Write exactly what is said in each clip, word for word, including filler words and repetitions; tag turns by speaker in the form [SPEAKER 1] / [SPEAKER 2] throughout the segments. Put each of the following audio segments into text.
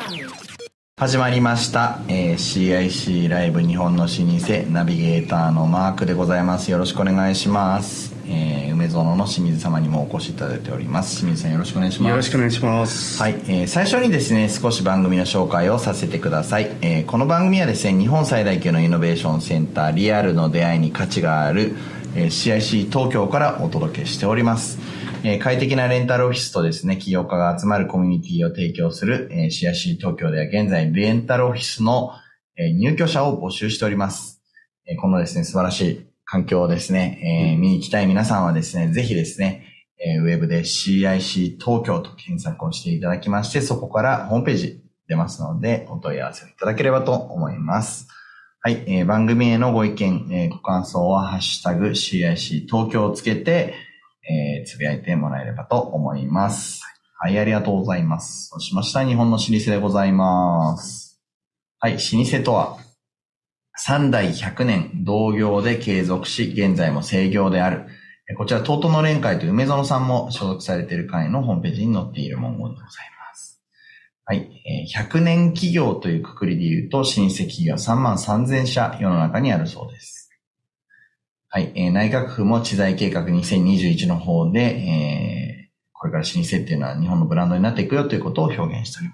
[SPEAKER 1] 始まりました、えー、シーアイシー ライブ日本の老舗ナビゲーターのマークでございます。よろしくお願いします。えー、梅園の清水様にもお越しいただいております。清水さんよろしくお願いします。
[SPEAKER 2] よろしくお願いします。
[SPEAKER 1] はい、えー、最初にですね少し番組の紹介をさせてください。えー、この番組はですね日本最大級のイノベーションセンターリアルの出会いに価値がある、えー、シーアイシー 東京からお届けしております。えー、快適なレンタルオフィスとですね、起業家が集まるコミュニティを提供する、えー、シーアイシー 東京では現在レンタルオフィスの、えー、入居者を募集しております。えー、このですね、素晴らしい環境をですね、えー、見に行きたい皆さんはですね、ぜひですね、えー、ウェブで シーアイシー 東京と検索をしていただきまして、そこからホームページ出ますので、お問い合わせをいただければと思います。はい、えー、番組へのご意見、えー、ご感想はハッシュタグ シーアイシー 東京をつけて、えー、つぶやいてもらえればと思います。はい、ありがとうございます。そうしましたら日本の老舗でございます。はい、老舗とは、三代百年同業で継続し、現在も制業である。こちら、東都の連会という梅園さんも所属されている会のホームページに載っている文言でございます。はい、ひゃくねん企業という括りで言うと、老舗企業さんまんさんぜんしゃ世の中にあるそうです。はい、えー、内閣府も知財計画にせんにじゅういちの方で、えー、これから老舗っていうのは日本のブランドになっていくよということを表現しております。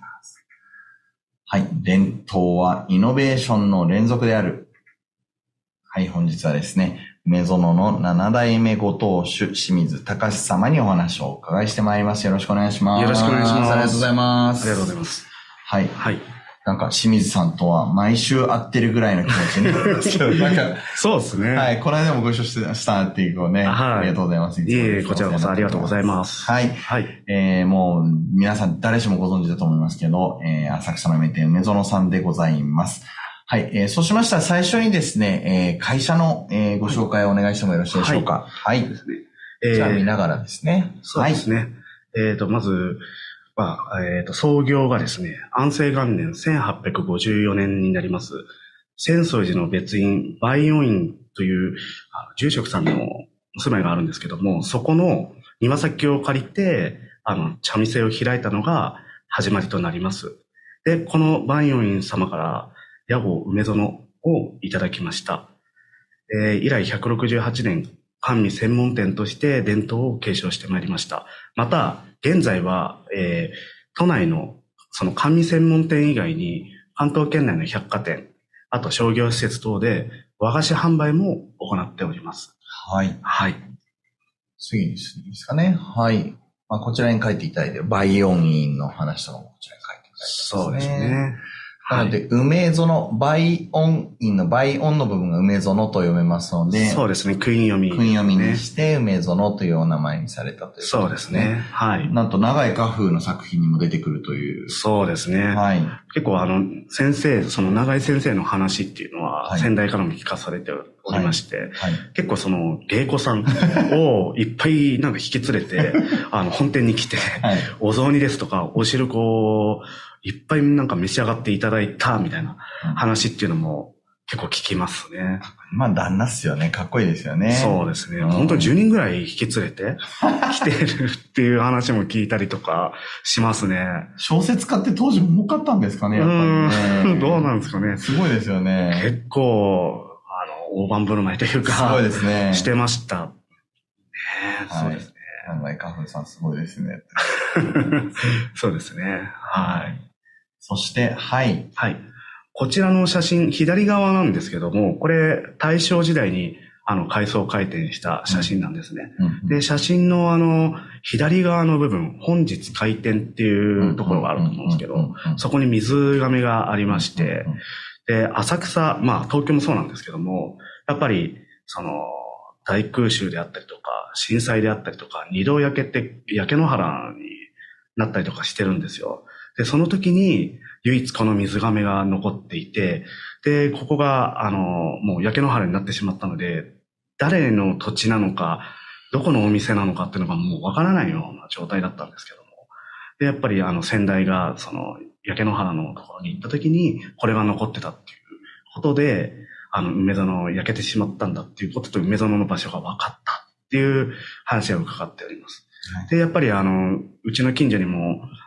[SPEAKER 1] はい、伝統はイノベーションの連続である。はい、本日はですね、梅園のななだいめご当主清水隆様にお話をお伺いしてまいります。よろしくお願いします。
[SPEAKER 2] よろしくお願いします。
[SPEAKER 1] ありがとうございます。
[SPEAKER 2] ありがとうございます。
[SPEAKER 1] はい。はい。なんか清水さんとは毎週会ってるぐらいの気持ちになるんですけど、なんか
[SPEAKER 2] そうですね。
[SPEAKER 1] はい、この間もご一緒したっていうこうね、はい、ありがとうございます。
[SPEAKER 2] いえいえ、こちらこそありがとうございます。
[SPEAKER 1] はい。はい。えー、もう皆さん誰しもご存知だと思いますけど、えー、浅草の名店梅園さんでございます。はい。えー、そうしましたら最初にですね、えー、会社の、えー、ご紹介をお願いしてもよろしいでしょうか。はい。はい、ですね。えー、じゃあ見ながらですね。
[SPEAKER 2] そうですね。はい、えっ、ー、と、まず、まあ、えっ、ー、と、創業がですね、安政元年せんはっぴゃくごじゅうよねんになります、浅草寺の別院、梅音院という住職さんのお住まいがあるんですけども、そこの庭先を借りて、あの、茶店を開いたのが始まりとなります。で、この梅音院様から、屋号梅園をいただきました。えー、以来ひゃくろくじゅうはちねん、甘味専門店として伝統を継承してまいりました。また、現在は、えー、都内のその甘味専門店以外に関東圏内の百貨店、あと商業施設等で和菓子販売も行っております。
[SPEAKER 1] はい。はい。次ですかね。はい。まあ、こちらに書いていただいている梅音院の話とかもこちらに書いていただいてますね。そうですね。なので、梅園、梅音院の梅音の部分が梅園と読めますので、
[SPEAKER 2] そうですね、訓読み、ね。
[SPEAKER 1] 訓読みにして梅園というお名前にされたということですね。
[SPEAKER 2] そうですね。はい。
[SPEAKER 1] なんと、長井家風の作品にも出てくるという。
[SPEAKER 2] そうですね。はい。結構あの、先生、その長井先生の話っていうのは、先代からも聞かされておりまして、はいはい、結構その、芸妓さんをいっぱいなんか引き連れて、あの、本店に来て、はい、お雑煮ですとか、お汁粉を、いっぱいなんか召し上がっていただいたみたいな話っていうのも結構聞きますね。
[SPEAKER 1] まあ旦那っすよね。かっこいいですよね。
[SPEAKER 2] そうですね。うん、本当にじゅうにんぐらい引き連れて来てるっていう話も聞いたりとかしますね。
[SPEAKER 1] 小説家って当時も多かったんですかね、やっぱりね。
[SPEAKER 2] うんどうなんですかね。
[SPEAKER 1] すごいですよね。
[SPEAKER 2] 結構、あの、大盤振る舞いというか、
[SPEAKER 1] すごいですね。
[SPEAKER 2] してました。ね、
[SPEAKER 1] はい、そうですね。長井家風さんすごいですね。
[SPEAKER 2] そうですね。はい。
[SPEAKER 1] そして、はい。
[SPEAKER 2] はい。こちらの写真、左側なんですけども、これ、大正時代に、あの、改装開店した写真なんですね。うんうん、で、写真のあの、左側の部分、本日開店っていうところがあると思うんですけど、そこに水亀がありまして、で、浅草、まあ、東京もそうなんですけども、やっぱり、その、大空襲であったりとか、震災であったりとか、二度焼けて、焼け野原になったりとかしてるんですよ。で、その時に唯一この水亀が残っていて、で、ここが、あの、もう焼け野原になってしまったので、誰の土地なのか、どこのお店なのかっていうのがもうわからないような状態だったんですけども。で、やっぱりあの先代が、その、焼け野原のところに行った時に、これが残ってたっていうことで、あの、梅園焼けてしまったんだっていうことと、梅園の場所が分かったっていう話を伺っております。で、やっぱりあの、うちの近所にも、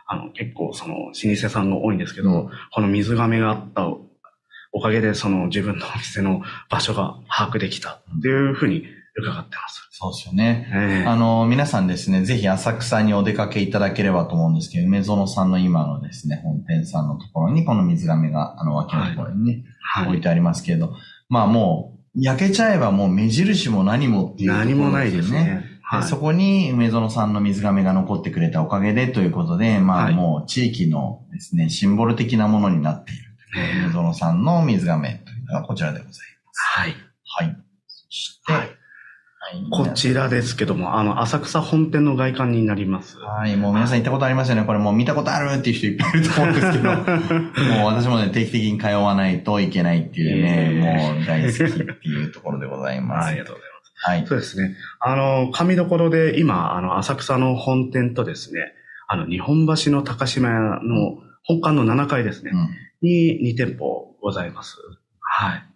[SPEAKER 2] あの、結構その、老舗さんが多いんですけど、
[SPEAKER 1] うん、
[SPEAKER 2] この水亀があったおかげで、その自分のお店の場所が把握できたっていうふうに伺ってます。
[SPEAKER 1] そうですよね。
[SPEAKER 2] えー、
[SPEAKER 1] あの、皆さんですね、ぜひ浅草にお出かけいただければと思うんですけど、梅園さんの今のですね、本店さんのところに、この水亀が、あの、脇のところにね、はい、置いてありますけれど、まあもう、焼けちゃえばもう目印も何もっていうところですよね。
[SPEAKER 2] 何もないですね。
[SPEAKER 1] はい、そこに梅園さんの水亀が残ってくれたおかげでということで、まあもう地域のですね、シンボル的なものになっている。梅園さんの水亀というのがこちらでございます。
[SPEAKER 2] はい。
[SPEAKER 1] はい。そして、はい、
[SPEAKER 2] こちらですけども、あの、浅草本店の外観になります。
[SPEAKER 1] はい、もう皆さん行ったことありますよね。これもう見たことあるっていう人いっぱいいると思うんですけど、もう私もね、定期的に通わないといけないっていうね、もう大好きっていうところでございます。
[SPEAKER 2] ありがとうございます。
[SPEAKER 1] はい。
[SPEAKER 2] そうですね。あの、神どころで今、あの、浅草の本店とですね、あの、日本橋の高島屋の本館のななかいですね、うん、にに店舗ございます。はい。はい。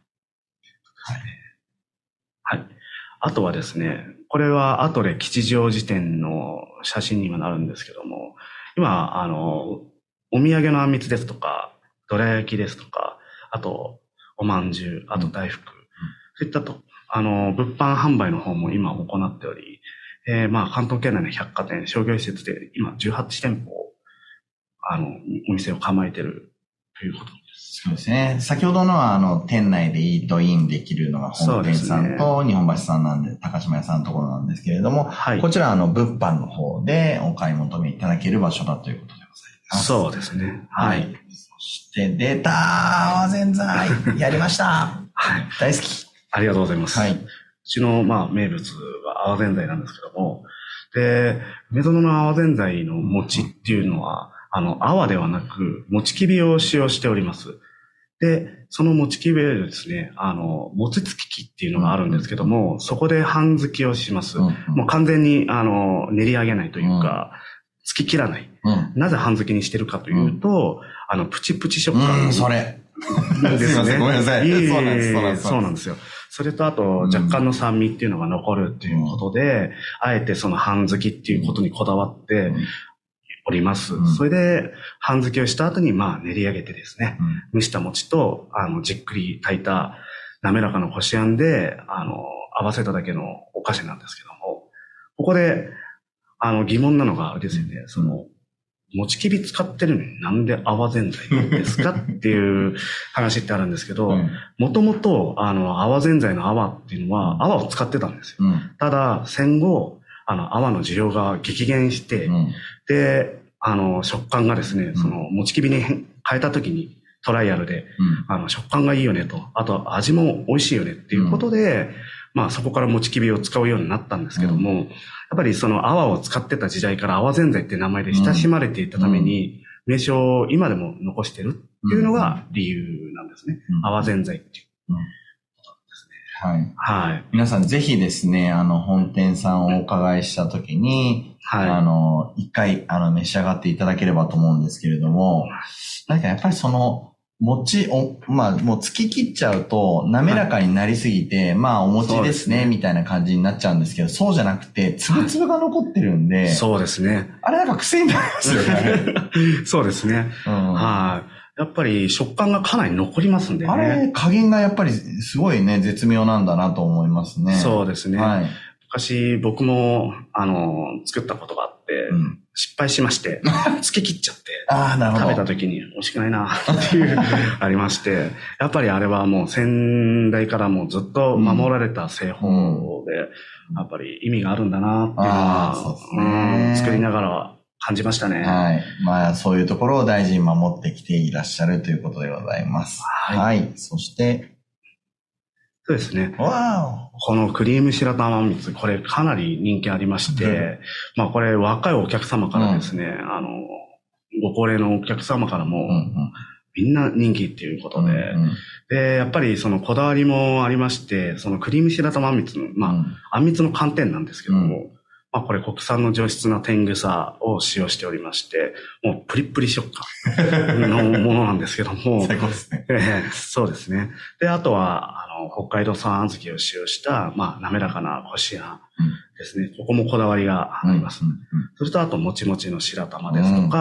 [SPEAKER 2] はい。あとはですね、これはアトレ吉祥寺店の写真にはなるんですけども、今、あの、お土産のあんみつですとか、どら焼きですとか、あと、おまんじゅう、あと大福、うん、そういったと、あの、物販販売の方も今行っており、えー、まあ、関東圏内の百貨店、商業施設で今じゅうはち店舗、あの、お店を構えているということです。
[SPEAKER 1] そうですね。先ほどのは、あの、店内でイートインできるのが本店さんと日本橋さんなんで、高島屋さんのところなんですけれども、はい、こちらは、あの、物販の方でお買い求めいただける場所だということでございます。
[SPEAKER 2] そうですね。
[SPEAKER 1] はい。はい、そして、出たー泡ぜんざいやりましたはい。大好き。
[SPEAKER 2] ありがとうございます。はい。うちの、まあ、名物は泡ぜんざいなんですけども、で、梅園の泡ぜんざいの餅っていうのは、あの、泡ではなく、餅きびを使用しております。で、その餅きびでですね、あの、餅つき機っていうのがあるんですけども、うん、そこで半づきをします。うんうん、もう完全に、あの、練り上げないというか、うん、つき切らない、うん。なぜ半づきにしてるかというと、うん、あの、プチプチ食感。
[SPEAKER 1] うん、それ。
[SPEAKER 2] ですね。
[SPEAKER 1] ごめんなさい。
[SPEAKER 2] いい
[SPEAKER 1] そうなんです。
[SPEAKER 2] そうなんです。そうなんですよ。それとあと、若干の酸味っていうのが残るっていうことで、うん、あえてその半づきっていうことにこだわっております。うん、それで、半づきをした後に、まあ、練り上げてですね、うん、蒸した餅と、あの、じっくり炊いた滑らかなこしあんで、あの、合わせただけのお菓子なんですけども、ここで、あの、疑問なのがあれですよね、その、餅きび使ってるのになんで泡ぜんざいなんですかっていう話ってあるんですけど、もともと、あの、泡ぜんざいの泡っていうのは、泡を使ってたんですよ。うん、ただ、戦後、あの、泡の需要が激減して、うん、で、あの、食感がですね、うん、その、餅きびに変えた時に、トライアルで、うん、あの、食感がいいよねと、あと味も美味しいよねっていうことで、うん、まあそこから餅きびを使うようになったんですけども、うん、やっぱりその泡を使ってた時代から泡ぜんざいって名前で親しまれていたために、名称を今でも残してるっていうのが理由なんですね。うん、泡ぜんざいっていうことですね。
[SPEAKER 1] はい。
[SPEAKER 2] はい。
[SPEAKER 1] 皆さんぜひですね、あの、本店さんをお伺いしたときに、はい。あの、一回、あの、召し上がっていただければと思うんですけれども、なんかやっぱりその、餅を、まあ、もう突き切っちゃうと、滑らかになりすぎて、はい、まあ、お餅ですね、すねみたいな感じになっちゃうんですけど、そうじゃなくて、つぶつぶが残ってるんで、はい、
[SPEAKER 2] そうですね。
[SPEAKER 1] あれなんか癖になりますよね。
[SPEAKER 2] そうですね。うん、はい。やっぱり食感がかなり残りますんでね。
[SPEAKER 1] あれ、加減がやっぱりすごいね、絶妙なんだなと思いますね。
[SPEAKER 2] そうですね。
[SPEAKER 1] はい。
[SPEAKER 2] 昔、僕も、あの、作ったことがあって、うん、失敗しまして、つけ切っちゃって、
[SPEAKER 1] ああ、なるほど。
[SPEAKER 2] 食べた時に美味しくないな、っていう、ありまして、やっぱりあれはもう先代からもうずっと守られた製法で、うん、やっぱり意味があるんだな、っていうのは、そうですね、うん、作りながら感じましたね。
[SPEAKER 1] はい。まあ、そういうところを大事に守ってきていらっしゃるということでございます。はい。はい、そして、
[SPEAKER 2] そうですね。
[SPEAKER 1] わ
[SPEAKER 2] このクリーム白玉あんみつ、これかなり人気ありまして、まあこれ若いお客様からですね、うん、あの、ご高齢のお客様からも、うんうん、みんな人気っていうことで、うんうん、で、やっぱりそのこだわりもありまして、そのクリーム白玉あんみつの、まあ、うん、あんみつの寒天なんですけども、うんまあこれ国産の上質な天草を使用しておりまして、もうプリップリ食感のものなんですけども。
[SPEAKER 1] 最高ですね。
[SPEAKER 2] えー。そうですね。で、あとは、あの、北海道産小豆を使用した、まあ滑らかなこしあんですね。うん、ここもこだわりがあります。うんうんうん、それとあと、もちもちの白玉ですとか、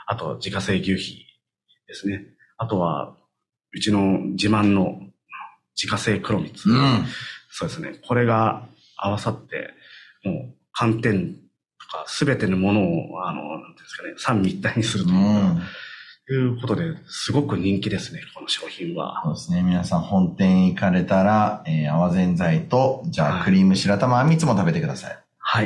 [SPEAKER 2] あと自家製牛皮ですね。あとは、うちの自慢の自家製黒蜜。うん、そうですね。これが合わさって、もう寒天とかすべてのものを、あの、なんていうんですかね、三位一体にするというか、うんということで、すごく人気ですね、この商品は。
[SPEAKER 1] そうですね。皆さん本店行かれたら、えー、泡ぜんざいと、じゃあ、はい、クリーム白玉あんみつも食べてください。
[SPEAKER 2] はい。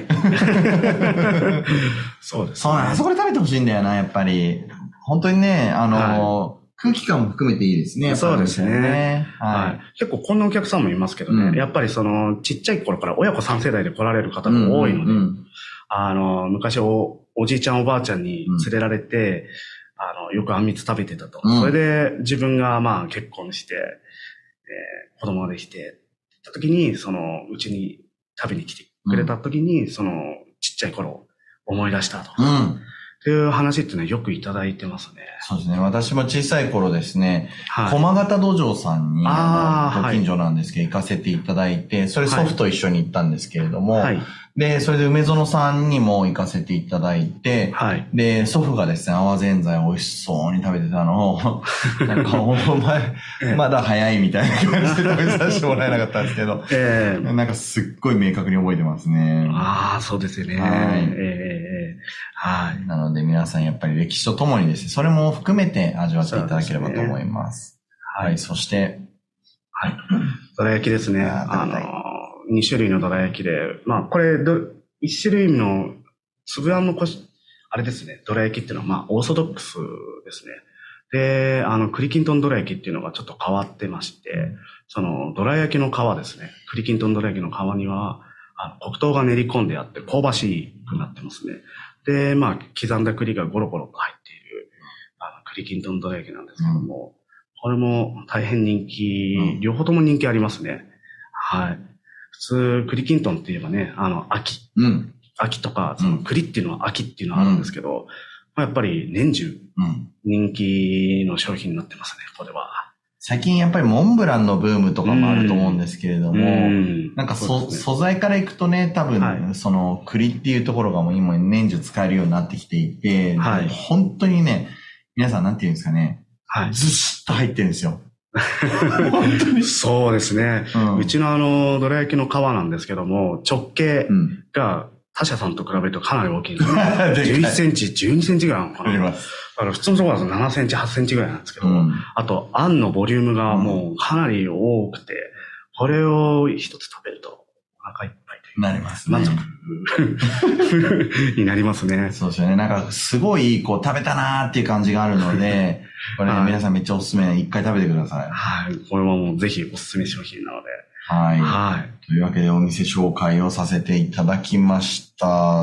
[SPEAKER 2] そうです、ね。
[SPEAKER 1] そうなの。あそこで食べてほしいんだよな、やっぱり。本当にね、あの、はい、空気感も含めていいですね。
[SPEAKER 2] そうですね。
[SPEAKER 1] はい、
[SPEAKER 2] はい。結構こんなお客さんもいますけどね、うん、やっぱりその、ちっちゃい頃から親子さん世代で来られる方も多いので、うんうんうん、あの、昔お、おじいちゃんおばあちゃんに連れられて、うんあの、よくあんみつ食べてたと。うん、それで自分がまあ結婚して、えー、子供ができて、った時に、その、うちに食べに来てくれた時に、うん、その、ちっちゃい頃思い出したと。うん。っていう話っていうのはよくいただいてますね。
[SPEAKER 1] そうですね。私も小さい頃ですね、はい、駒形土壌さんに、あの、ご近所なんですけど、行かせていただいて、それ祖父と一緒に行ったんですけれども、はい、で、それで梅園さんにも行かせていただいて、はい、で、祖父がですね、泡ぜんざい美味しそうに食べてたのを、なんか、お前、まだ早いみたいな感じで食べさせてもらえなかったんですけど、えー、なんかすっごい明確に覚えてますね。
[SPEAKER 2] ああ、そうですよね。はい。えー、はい。
[SPEAKER 1] なので皆さんやっぱり歴史とともにですね、それも含めて味わっていただければと思います。すね、はい。そして、
[SPEAKER 2] はい。どら焼きですね。あの、に種類のどら焼きで、まあ、これ、いち種類の粒あんのこし、あれですね、どら焼きっていうのは、まあ、オーソドックスですね。で、あの、栗きんとんどら焼きっていうのがちょっと変わってまして、その、どら焼きの皮ですね、栗きんとんどら焼きの皮には、あの黒糖が練り込んであって香ばしくなってますね。で、まあ、刻んだ栗がゴロゴロと入っている、あの、栗きんとんどら焼きなんですけども、うん、これも大変人気、うん、両方とも人気ありますね。はい。普通、栗きんとんって言えばね、あの、秋。うん、秋とか、その栗っていうのは秋っていうのはあるんですけど、うんまあ、やっぱり年中、人気の商品になってますね、これは。
[SPEAKER 1] 最近やっぱりモンブランのブームとかもあると思うんですけれども、うんなんかそ、ね、素材からいくとね、多分、はい、その栗っていうところがもう今年中使えるようになってきていて、はい、本当にね、皆さんなんて言うんですかね、はい、ずしっと入ってるんですよ。
[SPEAKER 2] 本当にそうですね、うん。うちのあの、どら焼きの皮なんですけども、直径が他社さんと比べるとかなり大きいんですね。じゅういっセンチ、じゅうにセンチぐらいなのかな。あります。だから普通のところだとななセンチ、はちセンチぐらいなんですけど、うん、あと、あんのボリュームがもうかなり多くて、これを一つ食べるとお腹いっぱいという。
[SPEAKER 1] なりますね。
[SPEAKER 2] 満足になりますね。
[SPEAKER 1] そうですよね。なんかすごいこう食べたなーっていう感じがあるので、これ、ねはい、皆さんめっちゃおすすめ。一回食べてください。
[SPEAKER 2] はい。これはもうぜひおすすめ商品なので。
[SPEAKER 1] はい。はい。というわけでお店紹介をさせていただきました。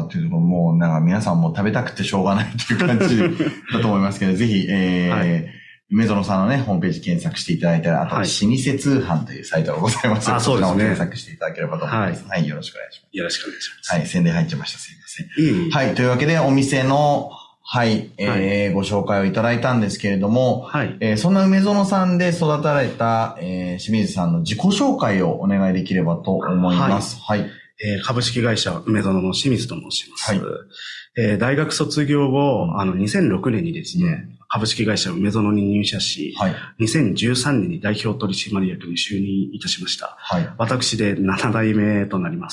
[SPEAKER 1] というところもうなんか皆さんも食べたくてしょうがないという感じだと思いますけど、ぜひ、えー、はい梅園さんのね、ホームページ検索していただいたら、あと、老舗通販というサイトがございますので、はい、そちらも検索していただければと思います。はい、はい、よろしくお願いします。
[SPEAKER 2] よろしくお願いします。
[SPEAKER 1] はい、宣伝入っちゃいました。すいません。いいはい、というわけで、お店の、はい、えー、はい、ご紹介をいただいたんですけれども、はい、えー、そんな梅園さんで育たれた、えー、清水さんの自己紹介をお願いできればと思います。はい。はい、
[SPEAKER 2] えー、株式会社梅園の清水と申します。はい。えー、大学卒業後、あの、にせんろくねんにですね、うん株式会社梅園に入社し、はい、にせんじゅうさんねんに代表取締役に就任いたしました。はい、私でなな代目となります。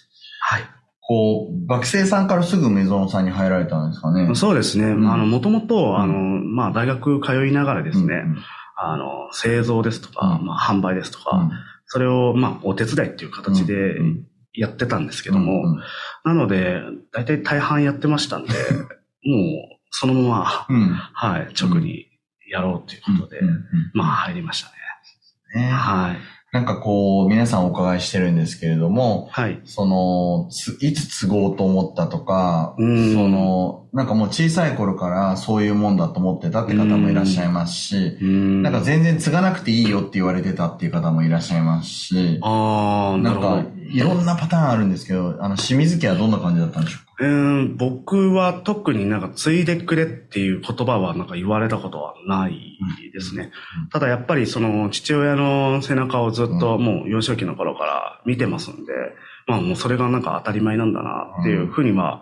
[SPEAKER 2] はい。
[SPEAKER 1] こう、学生さんからすぐ梅園さんに入られたんですかね。
[SPEAKER 2] そうですね。うん、あの、もともと、あの、まあ、大学通いながらですね、うん、あの、製造ですとか、うん、まあ、販売ですとか、うん、それを、まあ、お手伝いっていう形でやってたんですけども、うんうん、なので、大体大半やってましたんで、もう、そのまま、うん、はい、直にやろうということで、うんうんうん、まあ入りましたね。
[SPEAKER 1] ねはい。なんかこう、皆さんお伺いしてるんですけれども、はい。その、いつ継ごうと思ったとか、うん、その、なんかもう小さい頃からそういうもんだと思ってたって方もいらっしゃいますし、うん、なんか全然継がなくていいよって言われてたっていう方もいらっしゃいますし、ああ、なんかいろんなパターンあるんですけど、あの、清水家はどんな感じだったんでしょうか？
[SPEAKER 2] えー、僕は特になんか継いでくれっていう言葉はなんか言われたことはないですね。うんうん、ただやっぱりその父親の背中をずっともう幼少期の頃から見てますんで、まあもうそれがなんか当たり前なんだなっていうふうには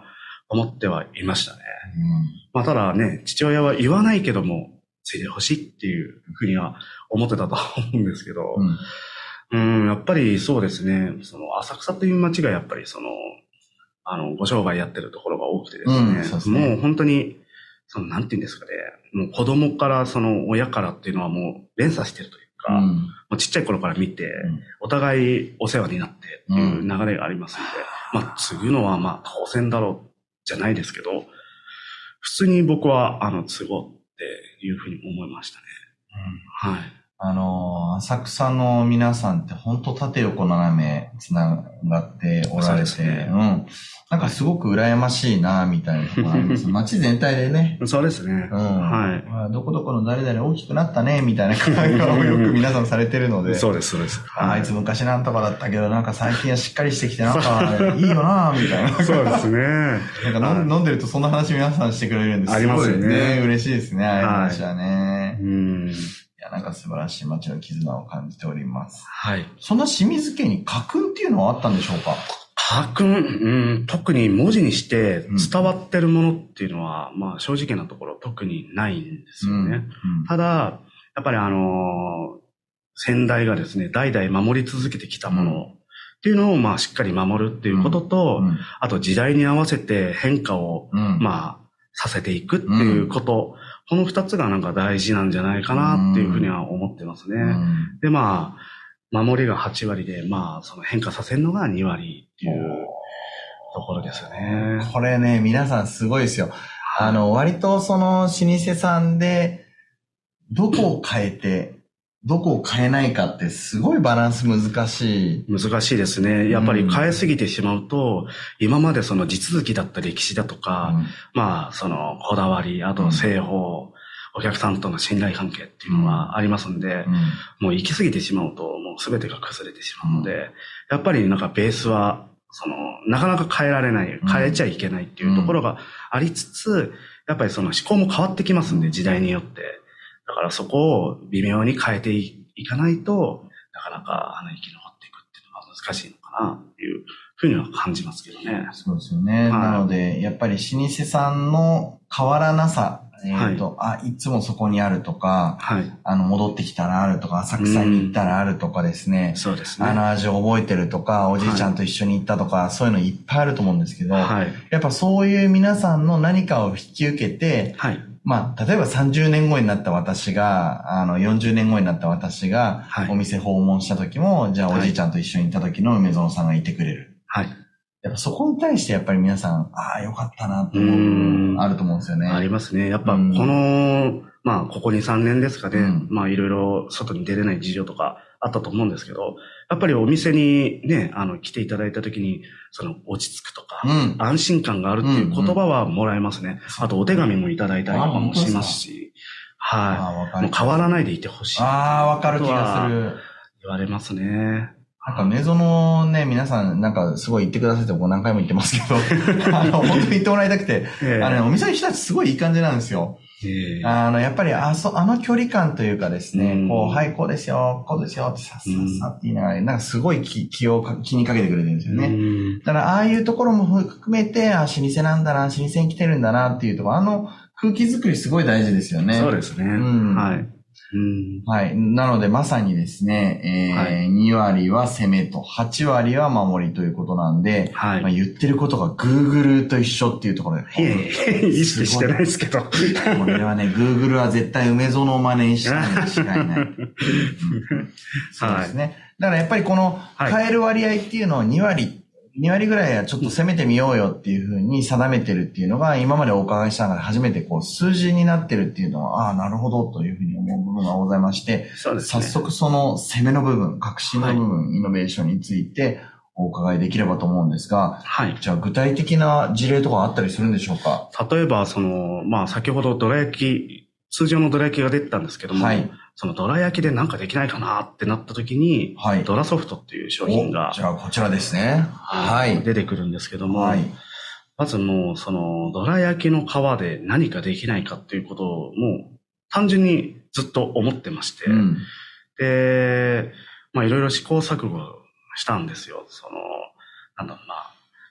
[SPEAKER 2] 思ってはいましたね。
[SPEAKER 1] うん、
[SPEAKER 2] まあただね、父親は言わないけども、ついてほしいっていうふうには思ってたと思うんですけど、うん、うん、やっぱりそうですね、その浅草という街がやっぱりその、あの、ご商売やってるところが多くてですね、うん、ですね、もう本当に、その、なんていうんですかね、もう子供からその親からっていうのはもう連鎖してるというか、うん、もうちっちゃい頃から見て、うん、お互いお世話になってっていう流れがありますので、うん、まあ、継ぐのはまあ当然だろうじゃないですけど、普通に僕は、あの、継ごうっていうふうに思いましたね。うん、はい。
[SPEAKER 1] あの、浅草の皆さんって本当縦横斜めつながっておられて、ね、うん。なんかすごく羨ましいな、みたいなところあります。街全体でね。
[SPEAKER 2] そうですね。
[SPEAKER 1] うん。はい。どこどこの誰々大きくなったね、みたいな会話をよく皆さんされてるので。
[SPEAKER 2] そうです、そうです。
[SPEAKER 1] あ、あいつ昔なんとかだったけど、なんか最近はしっかりしてきて、なんかいいよな、みたいな。
[SPEAKER 2] そうですね。
[SPEAKER 1] なんか飲んでるとそんな話皆さんしてくれるんです。
[SPEAKER 2] ありますよね。
[SPEAKER 1] 嬉しいですね、ああいう話はね。
[SPEAKER 2] うん。
[SPEAKER 1] なんか素晴らしい街の絆を感じております。
[SPEAKER 2] はい。
[SPEAKER 1] そんな清水家に家訓っていうのはあったんでしょうか？
[SPEAKER 2] 家訓、うん、特に文字にして伝わってるものっていうのは、うん、まあ正直なところ特にないんですよね。うんうん、ただ、やっぱりあのー、先代がですね、代々守り続けてきたものっていうのをまあしっかり守るっていうことと、うんうん、あと時代に合わせて変化を、うん、まあさせていくっていうこと、この二つがなんか大事なんじゃないかなっていうふうには思ってますね。うん、で、まあ、守りがはち割で、まあ、その変化させるのがに割っていうところですよね。
[SPEAKER 1] これね、皆さんすごいですよ。あの、割とその老舗さんで、どこを変えて、どこを変えないかってすごいバランス難しい。
[SPEAKER 2] 難しいですね。やっぱり変えすぎてしまうと、うん、今までその地続きだった歴史だとか、うん、まあそのこだわり、あと製法、うん、お客さんとの信頼関係っていうのはありますんで、うん、もう行き過ぎてしまうともう全てが崩れてしまうので、うん、やっぱりなんかベースは、その、なかなか変えられない、変えちゃいけないっていうところがありつつ、やっぱりその思考も変わってきますんで、時代によって。だからそこを微妙に変えていかないと、なかなかあの生き残っていくっていうのは難しいのかなっていうふうには感じますけどね。
[SPEAKER 1] そうですよね。はい、なので、やっぱり老舗さんの変わらなさ、えーと、はい、あ、いつもそこにあるとか、はい、あの、戻ってきたらあるとか、浅草に行ったらあるとかですね。
[SPEAKER 2] うん、そうですね。
[SPEAKER 1] あの味を覚えてるとか、おじいちゃんと一緒に行ったとか、はい、そういうのいっぱいあると思うんですけど、はい、やっぱそういう皆さんの何かを引き受けて、はい、まあ、例えばさんじゅうねんごになった私が、あの、よんじゅうねんごになった私が、お店訪問した時も、はい、じゃあおじいちゃんと一緒に行った時の梅園さんがいてくれる。はい。やっぱそこに対してやっぱり皆さん、ああ、よかったなと思う部分あると思うんですよね。
[SPEAKER 2] ありますね。やっぱこの、まあ、ここに、さんねんですかね。うん、まあ、いろいろ外に出れない事情とかあったと思うんですけど、やっぱりお店にね、あの、来ていただいた時に、その、落ち着くとか、うん、安心感があるっていう言葉はもらえますね。うんうん、あと、お手紙もいただいたりとかもしますし、はい。もう変わらないでいてほしい。
[SPEAKER 1] ああ、わかる気がする。
[SPEAKER 2] 言われますね。
[SPEAKER 1] なんか、メゾのね、皆さん、なんか、すごい言ってくださって、もう何回も言ってますけど、あの、本当に言ってもらいたくて、えー、あの、ね、お店の人たちすごいいい感じなんですよ。えー、あの、やっぱり、あそ、あの距離感というかですね、うん、こう、はい、こうですよ、こうですよ、ってさっさっさって言いながら、なんかすごい気、気を、気にかけてくれてるんですよね。うん、だから、ああいうところも含めて、あ、老舗なんだな、老舗に来てるんだなっていうところ、あの空気作りすごい大事ですよね。
[SPEAKER 2] そうですね。うん、はい。
[SPEAKER 1] うん、はい。なので、まさにですね、えーはい、に割は攻めと、はち割は守りということなんで、はい、まあ、言ってることが Google と一緒っていうところで。
[SPEAKER 2] いえいえ、意識してないですけど。こ
[SPEAKER 1] れはね、Google は絶対梅園を真似したに違いない。うん、そうですね。だからやっぱりこの変える割合っていうのをに割、に割ぐらいはちょっと攻めてみようよっていうふうに定めてるっていうのが、今までお伺いした中で初めてこう数字になってるっていうのは、ああ、なるほどというふうに思う部分がございまして、そうですね、早速その攻めの部分、革新の部分、はい、イノベーションについてお伺いできればと思うんですが、はい。じゃあ具体的な事例とかあったりするんでしょうか？
[SPEAKER 2] 例えば、その、まあ先ほどどら焼き、通常のどら焼きが出てたんですけども、はい。そのどら焼きでなんかできないかなってなった時に、はい、ドラソフトっていう商品が、
[SPEAKER 1] じゃあこちらですね。
[SPEAKER 2] はい。出てくるんですけども、はい、まずもうそのどら焼きの皮で何かできないかっていうことをもう単純にずっと思ってまして、うん、で、まあいろいろ試行錯誤したんですよ。その、なんだろうな、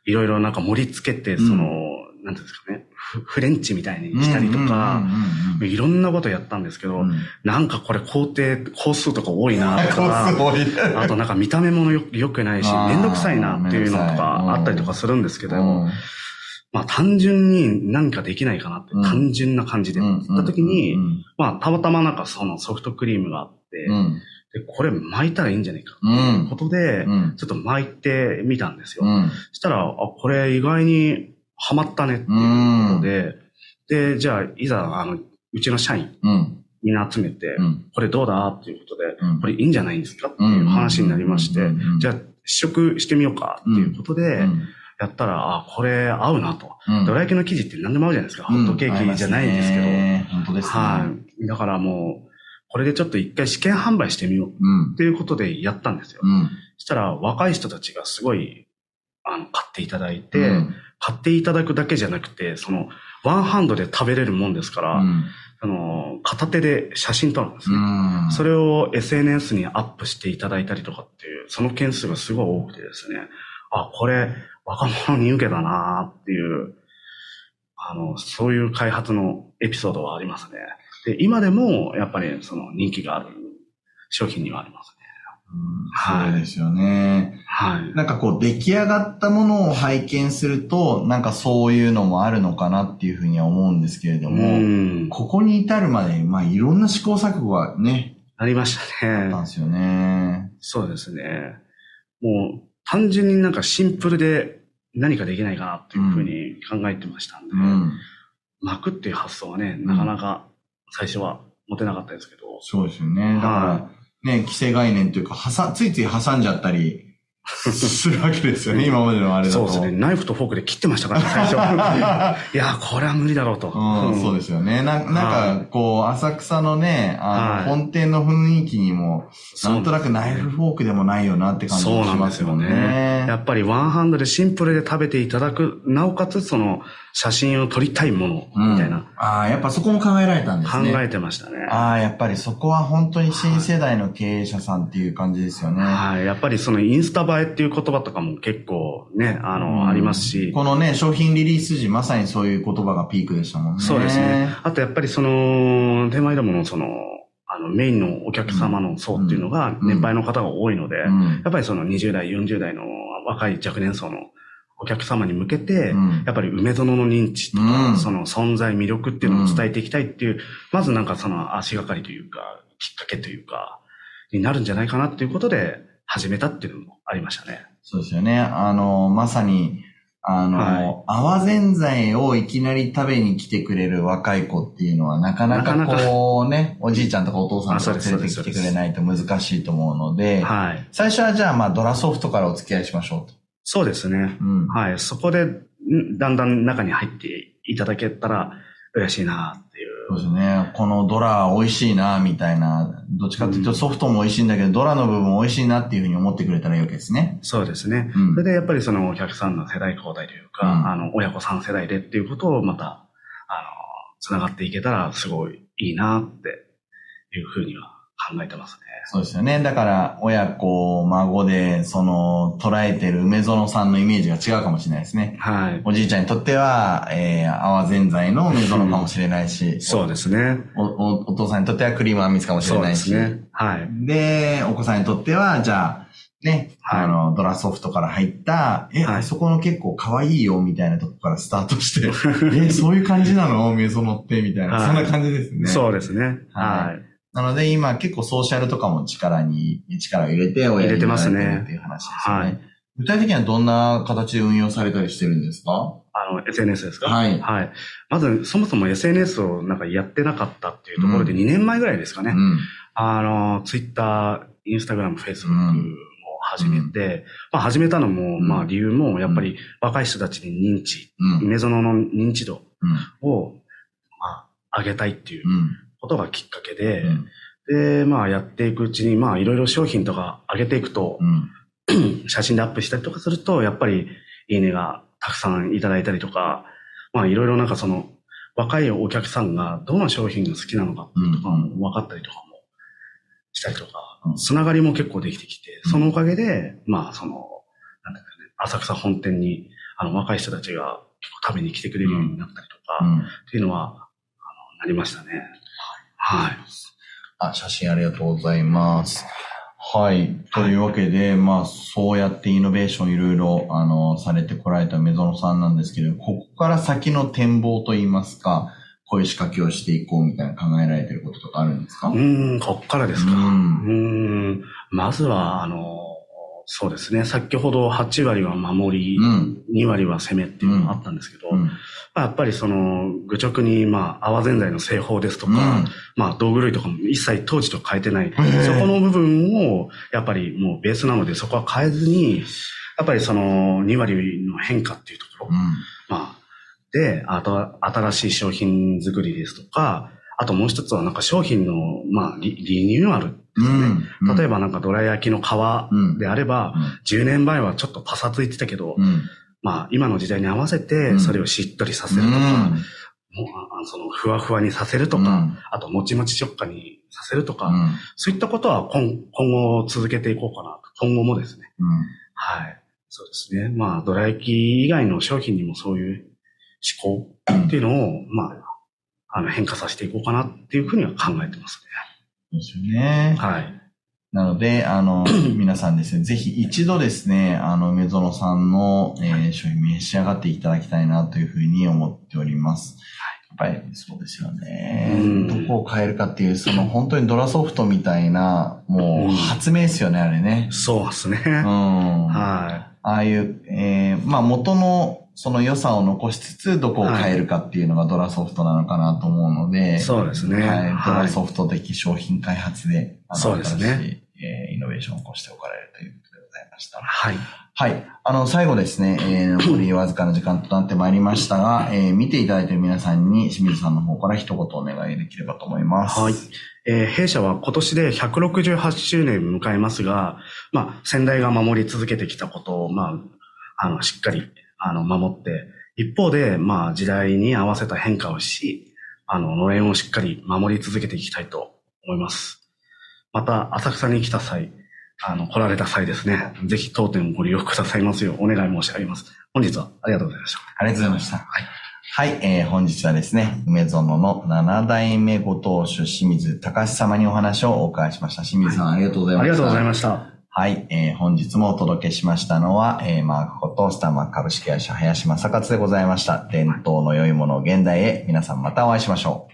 [SPEAKER 2] いろいろなんか盛り付けて、その、うん、なんていうんですかね、フレンチみたいにしたりとか、いろんなことやったんですけど、うん、なんかこれ工程、工数とか多いなとか、あとなんか見た目もよ、良くないし、めんどくさいなっていうのとかあったりとかするんですけど、うん、まあ単純に何かできないかなって、うん、単純な感じで言った時に、まあたまたまなんかそのソフトクリームがあって、うん、でこれ巻いたらいいんじゃないかっていうことで、うん、ちょっと巻いてみたんですよ。うん、そしたら、あ、これ意外にハマったねっていうことで、うん、で、じゃあ、いざ、あの、うちの社員、うん、みんな集めて、うん、これどうだっていうことで、うん、これいいんじゃないんですかっていう話になりまして、じゃあ、試食してみようかっていうことで、うん、やったら、あ、これ合うなと。どら焼きの生地って何でも合うじゃないですか。うん、ホットケーキじゃないんですけど。
[SPEAKER 1] 本当ですね。
[SPEAKER 2] はい。だからもう、これでちょっと一回試験販売してみようっていうことでやったんですよ。うん、そしたら、若い人たちがすごい、あの、買っていただいて、うん、買っていただくだけじゃなくて、その、ワンハンドで食べれるもんですから、うん、あの、片手で写真撮るんですね、うん。それを エスエヌエス にアップしていただいたりとかっていう、その件数がすごい多くてですね、あ、これ、若者に受けたなっていう、あの、そういう開発のエピソードはありますね。で、今でも、やっぱり、その、人気がある商品にはありますね。
[SPEAKER 1] うん、そうですよね。はい。なんかこう出来上がったものを拝見すると、なんかそういうのもあるのかなっていうふうには思うんですけれども、うん、ここに至るまで、まあいろんな試行錯誤がね。
[SPEAKER 2] ありましたね。
[SPEAKER 1] あったんですよね。
[SPEAKER 2] そうですね。もう単純になんかシンプルで何かできないかなっていうふうに考えてましたんで、うん、巻くっていう発想はね、なかなか最初は持てなかったですけど。
[SPEAKER 1] そうですよね。だから、はいね、既成概念というか、はさ、ついつい挟んじゃったりするわけですよね、今までのあれだと。
[SPEAKER 2] そうですね。ナイフとフォークで切ってましたからね、最初。いや、これは無理だろうと。
[SPEAKER 1] うん、そうですよね。な、なんか、こう、浅草のね、あの、本店の雰囲気にも、なんとなくナイフフォークでもないよなって感じがしますよね。そうなんですよね。
[SPEAKER 2] やっぱりワンハンドでシンプルで食べていただく、なおかつその、写真を撮りたいもの、みたいな、うん。
[SPEAKER 1] ああ、やっぱそこも考えられたんですね。
[SPEAKER 2] 考えてましたね。
[SPEAKER 1] ああ、やっぱりそこは本当に新世代の経営者さんっていう感じですよね。
[SPEAKER 2] はい。やっぱりそのインスタ映えっていう言葉とかも結構ね、あの、うん、ありますし。
[SPEAKER 1] このね、商品リリース時、まさにそういう言葉がピークでしたもんね。
[SPEAKER 2] そうですね。あとやっぱりその、手前どものその、あの、メインのお客様の層っていうのが年配の方が多いので、うん、やっぱりそのにじゅう代、よんじゅう代の若い若年層のお客様に向けて、うん、やっぱり梅園の認知とか、うん、その存在魅力っていうのを伝えていきたいっていう、うん、まずなんかその足がかりというか、きっかけというか、になるんじゃないかなっていうことで始めたっていうのもありましたね。
[SPEAKER 1] そうですよね。あの、まさに、あの、はい、泡ぜんざいをいきなり食べに来てくれる若い子っていうのはなかなかこうね、おじいちゃんとかお父さんとか連れてきてくれないと難しいと思うので、はい、最初はじゃあまあドラソフトからお付き合いしましょうと。
[SPEAKER 2] そうですね。うん、はい。そこで、だんだん中に入っていただけたら嬉しいなっていう。
[SPEAKER 1] そうですね。このドラ美味しいなみたいな、どっちかっていうとソフトも美味しいんだけど、うん、ドラの部分美味しいなっていうふうに思ってくれたらいいわけですね。
[SPEAKER 2] そうですね。うん、それでやっぱりそのお客さんの世代交代というか、うん、あの、親子さん世代でっていうことをまた、あの、つながっていけたらすごいいいなっていうふうには考えてますね。
[SPEAKER 1] そうですよね。だから、親子、孫で、その、捉えてる梅園さんのイメージが違うかもしれないですね。はい。おじいちゃんにとっては、えー、泡ぜんざいの梅園かもしれないし。
[SPEAKER 2] そうですね
[SPEAKER 1] おお。お父さんにとってはクリームあんみつかもしれないし。そうですね。はい。で、お子さんにとっては、じゃあ、ね、はい、あの、ドラソフトから入った、え、はい、あそこの結構可愛いよ、みたいなとこからスタートして、え、そういう感じなの梅園って、みたいな、はい、そんな感じですね。
[SPEAKER 2] そうですね。
[SPEAKER 1] はい。はいなので今結構ソーシャルとかも力に、力を入れて親になられてるっていう話ですよね。はい。具体的にはどんな形で運用されたりしてるんですか？
[SPEAKER 2] あの、エスエヌエス ですか？はい。はい。まず、そもそも エスエヌエス をなんかやってなかったっていうところでにねんまえぐらいですかね。うん、あの、Twitter、Instagram、Facebook を始めて、うん、まあ始めたのも、まあ理由もやっぱり若い人たちに認知、うん、梅園の認知度を、まあ、上げたいっていう。うんことがきっかけで、うん、で、まあやっていくうちに、まあいろいろ商品とか上げていくと、うん、写真でアップしたりとかすると、やっぱりいいねがたくさんいただいたりとか、まあいろいろなんかその若いお客さんがどの商品が好きなのかっていうとかも分かったりとかもしたりとか、うん、つながりも結構できてきて、そのおかげで、まあその、なんだろうね、浅草本店にあの、若い人たちが食べに来てくれるようになったりとか、
[SPEAKER 1] うん、
[SPEAKER 2] っていうのは、あの、なりましたね。はい。はい。
[SPEAKER 1] あ、写真ありがとうございます。はい。というわけで、まあ、そうやってイノベーションいろいろ、あの、されてこられたメゾノさんなんですけど、ここから先の展望といいますか、こういう仕掛けをしていこうみたいな考えられてることとかあるんですか？
[SPEAKER 2] うーん、こっからですか。
[SPEAKER 1] うん。
[SPEAKER 2] うーん。まずは、あの、そうですね。先ほどはち割は守り、うん、に割は攻めっていうのがあったんですけど、うん、やっぱりその、愚直に、まあ、泡ぜんざいの製法ですとか、うん、まあ、道具類とかも一切当時と変えてない。そこの部分を、やっぱりもうベースなので、そこは変えずに、やっぱりその、に割の変化っていうところ、うん、まあ、で、あと、新しい商品作りですとか、あともう一つはなんか商品の、まあ、リ, リニューアルですね、うんうん。例えばなんかどら焼きの皮であれば、うん、じゅうねんまえはちょっとパサついてたけど、うん、まあ今の時代に合わせてそれをしっとりさせるとか、うん、もうそのふわふわにさせるとか、うん、あともちもち食感にさせるとか、うん、そういったことは 今, 今後続けていこうかなと。今後もですね。うん、はい。そうですね。まあどら焼き以外の商品にもそういう思考っていうのを、まあ、あの変化させていこうかなっていうふうには考えてます
[SPEAKER 1] ね。ですよね。
[SPEAKER 2] はい。
[SPEAKER 1] なので、あの、皆さんですね、ぜひ一度ですね、あの、メゾノさんの、えー、商品召し上がっていただきたいなというふうに思っております。やっぱりそうですよね。どこを変えるかっていう、その本当にドラソフトみたいな、もう発明ですよね、あれね。
[SPEAKER 2] そうですね。
[SPEAKER 1] うん。
[SPEAKER 2] はい。
[SPEAKER 1] ああいう、えー、まあ元の、その良さを残しつつ、どこを変えるかっていうのがドラソフトなのかなと思うので、
[SPEAKER 2] そうですね。
[SPEAKER 1] はい。ドラソフト的商品開発で、
[SPEAKER 2] はい、そうですね。
[SPEAKER 1] えー、イノベーションを起こしておかれるということでございました。
[SPEAKER 2] はい。
[SPEAKER 1] はい。あの、最後ですね、えー、残りわずかな時間となってまいりましたが、えー、見ていただいている皆さんに清水さんの方から一言お願いできればと思います。
[SPEAKER 2] はい。えー、弊社は今年でひゃくろくじゅうはちしゅうねんを迎えますが、まあ、先代が守り続けてきたことを、まあ、あの、しっかり、あの、守って、一方で、まあ、時代に合わせた変化をし、あの、のれんをしっかり守り続けていきたいと思います。また、浅草に来た際、あの、来られた際ですね、ぜひ当店をご利用くださいますようお願い申し上げます。本日はありがとうございました。
[SPEAKER 1] ありがとうございました。はい。はい、えー、本日はですね、梅園のなな代目ご当主清水隆様にお話をお伺いしました。清水さん、はい、ありがとうございました。
[SPEAKER 2] ありがとうございました。
[SPEAKER 1] はい、えー、本日もお届けしましたのは、えー、マークことスタンマー株式会社林正勝でございました。伝統の良いものを現代へ、皆さんまたお会いしましょう。